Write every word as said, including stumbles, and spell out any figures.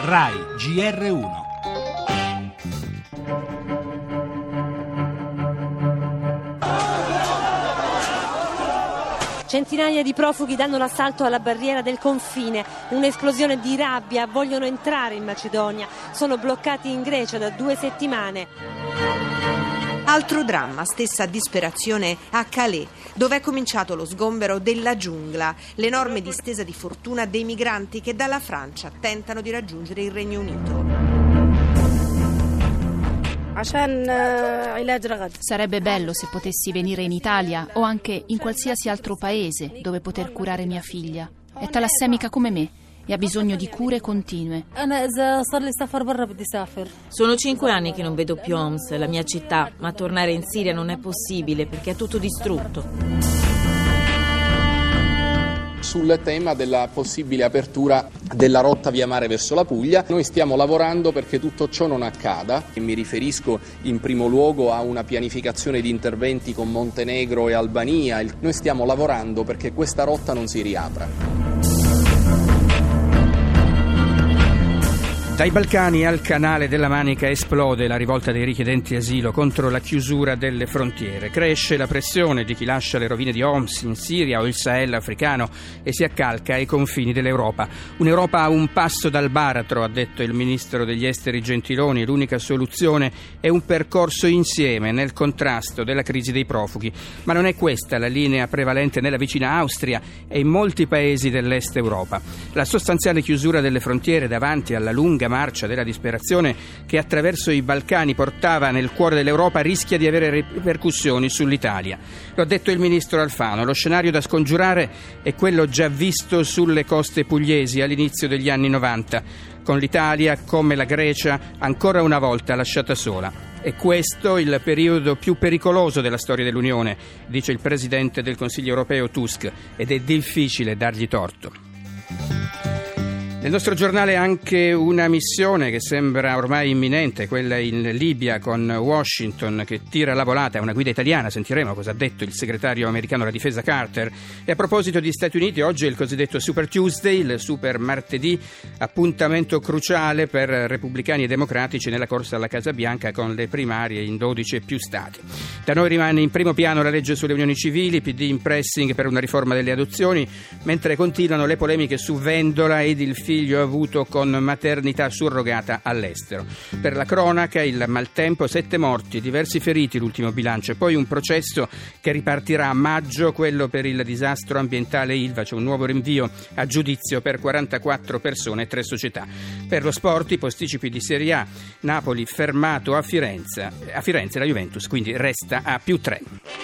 Rai G R uno. Centinaia di profughi danno l'assalto alla barriera del confine, un'esplosione di rabbia, vogliono entrare in Macedonia, sono bloccati in Grecia da due settimane. Altro dramma, stessa disperazione a Calais, dove è cominciato lo sgombero della giungla, l'enorme distesa di fortuna dei migranti che dalla Francia tentano di raggiungere il Regno Unito. Sarebbe bello se potessi venire in Italia o anche in qualsiasi altro paese dove poter curare mia figlia. È talassemica come me e ha bisogno di cure continue. Sono cinque anni che non vedo più Homs, la mia città, ma tornare in Siria non è possibile perché è tutto distrutto. Sul tema della possibile apertura della rotta via mare verso la Puglia, noi stiamo lavorando perché tutto ciò non accada e mi riferisco in primo luogo a una pianificazione di interventi con Montenegro e Albania. Noi stiamo lavorando perché questa rotta non si riapra. Dai Balcani al canale della Manica esplode la rivolta dei richiedenti asilo contro la chiusura delle frontiere. Cresce la pressione di chi lascia le rovine di Homs in Siria o il Sahel africano e si accalca ai confini dell'Europa. Un'Europa a un passo dal baratro, ha detto il ministro degli esteri Gentiloni. L'unica soluzione è un percorso insieme nel contrasto della crisi dei profughi. Ma non è questa la linea prevalente nella vicina Austria e in molti paesi dell'est Europa. La sostanziale chiusura delle frontiere davanti alla lunga marcia della disperazione che attraverso i Balcani portava nel cuore dell'Europa rischia di avere ripercussioni sull'Italia. Lo ha detto il ministro Alfano. Lo scenario da scongiurare è quello già visto sulle coste pugliesi all'inizio degli anni novanta, con l'Italia, come la Grecia, ancora una volta lasciata sola. È questo il periodo più pericoloso della storia dell'Unione, dice il presidente del Consiglio europeo Tusk, ed è difficile dargli torto. Nel nostro giornale anche una missione che sembra ormai imminente, quella in Libia con Washington che tira la volata, è una guida italiana, sentiremo cosa ha detto il segretario americano alla difesa Carter. E a proposito di Stati Uniti, oggi è il cosiddetto Super Tuesday, il Super Martedì, appuntamento cruciale per repubblicani e democratici nella corsa alla Casa Bianca con le primarie in dodici e più stati. Da noi rimane in primo piano la legge sulle unioni civili, P D in pressing per una riforma delle adozioni, mentre continuano le polemiche su Vendola ed il figlio avuto con maternità surrogata all'estero. Per la cronaca, il maltempo, sette morti, diversi feriti, l'ultimo bilancio, e poi un processo che ripartirà a maggio, quello per il disastro ambientale Ilva. C'è un nuovo rinvio a giudizio per quarantaquattro persone e tre società. Per lo sport, i posticipi di Serie A, Napoli fermato a Firenze, a Firenze la Juventus quindi resta a più tre.